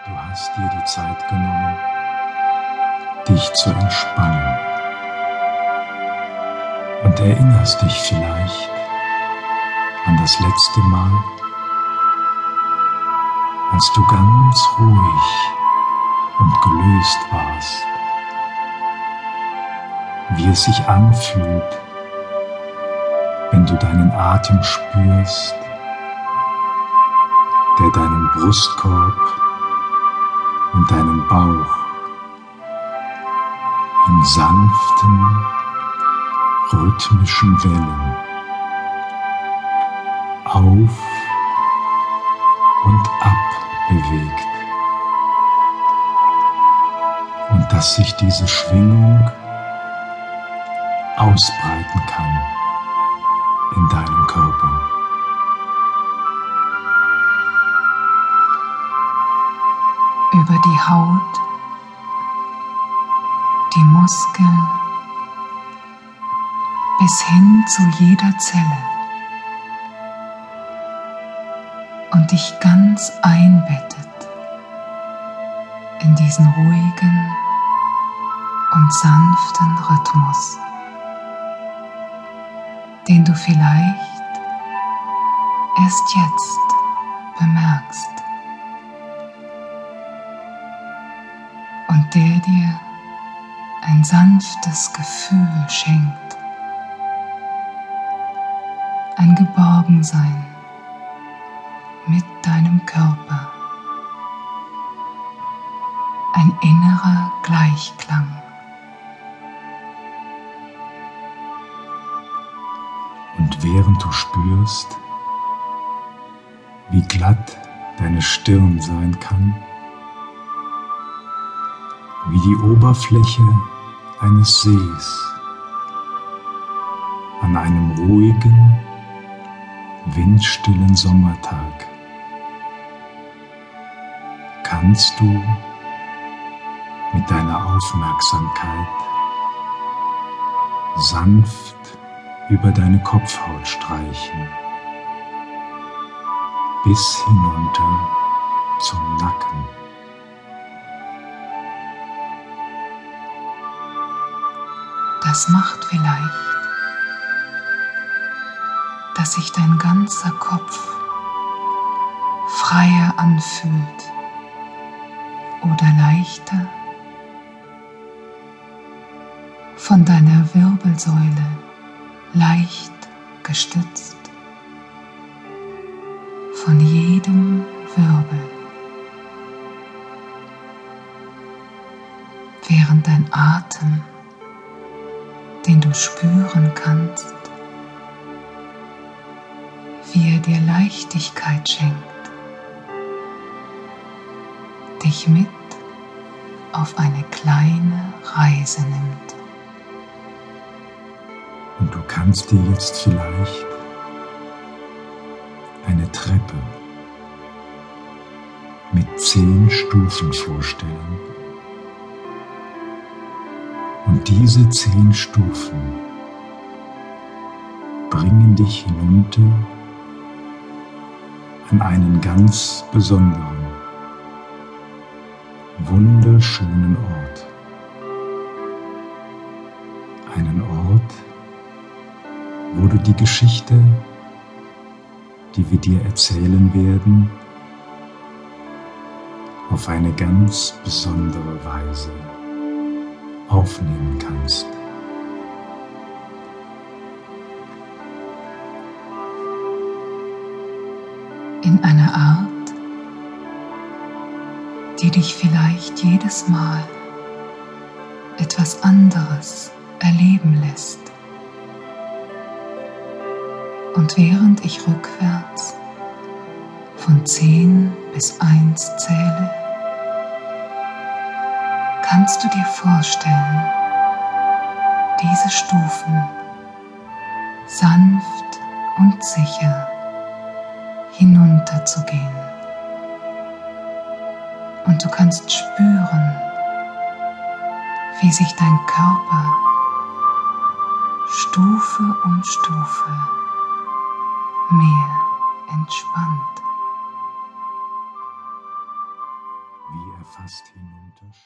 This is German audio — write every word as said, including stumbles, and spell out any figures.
Du hast dir die Zeit genommen, dich zu entspannen und erinnerst dich vielleicht an das letzte Mal, als du ganz ruhig und gelöst warst, wie es sich anfühlt, wenn du deinen Atem spürst, der deinen Brustkorb und deinen Bauch in sanften, rhythmischen Wellen auf und ab bewegt und dass sich diese Schwingung ausbreiten kann in deinem Körper. Über die Haut, die Muskeln, bis hin zu jeder Zelle und dich ganz einbettet in diesen ruhigen und sanften Rhythmus, den du vielleicht erst jetzt bemerkst und der dir ein sanftes Gefühl schenkt, ein Geborgensein mit deinem Körper, ein innerer Gleichklang. Und während du spürst, wie glatt deine Stirn sein kann, wie die Oberfläche eines Sees an einem ruhigen, windstillen Sommertag, kannst du mit deiner Aufmerksamkeit sanft über deine Kopfhaut streichen, bis hinunter zum Nacken. Das macht vielleicht, dass sich dein ganzer Kopf freier anfühlt oder leichter von deiner Wirbelsäule leicht gestützt, von jedem Wirbel, während dein Atem, den du spüren kannst, wie er dir Leichtigkeit schenkt, dich mit auf eine kleine Reise nimmt. Und du kannst dir jetzt vielleicht eine Treppe mit zehn Stufen vorstellen. Und diese zehn Stufen bringen dich hinunter an einen ganz besonderen, wunderschönen Ort. Einen Ort, wo du die Geschichte, die wir dir erzählen werden, auf eine ganz besondere Weise aufnehmen kannst. In einer Art, die dich vielleicht jedes Mal etwas anderes erleben lässt. Und während ich rückwärts von zehn bis eins zähle, kannst du dir vorstellen, diese Stufen sanft und sicher hinunterzugehen. Und du kannst spüren, wie sich dein Körper Stufe um Stufe mehr entspannt. er fast hinunterstürzt.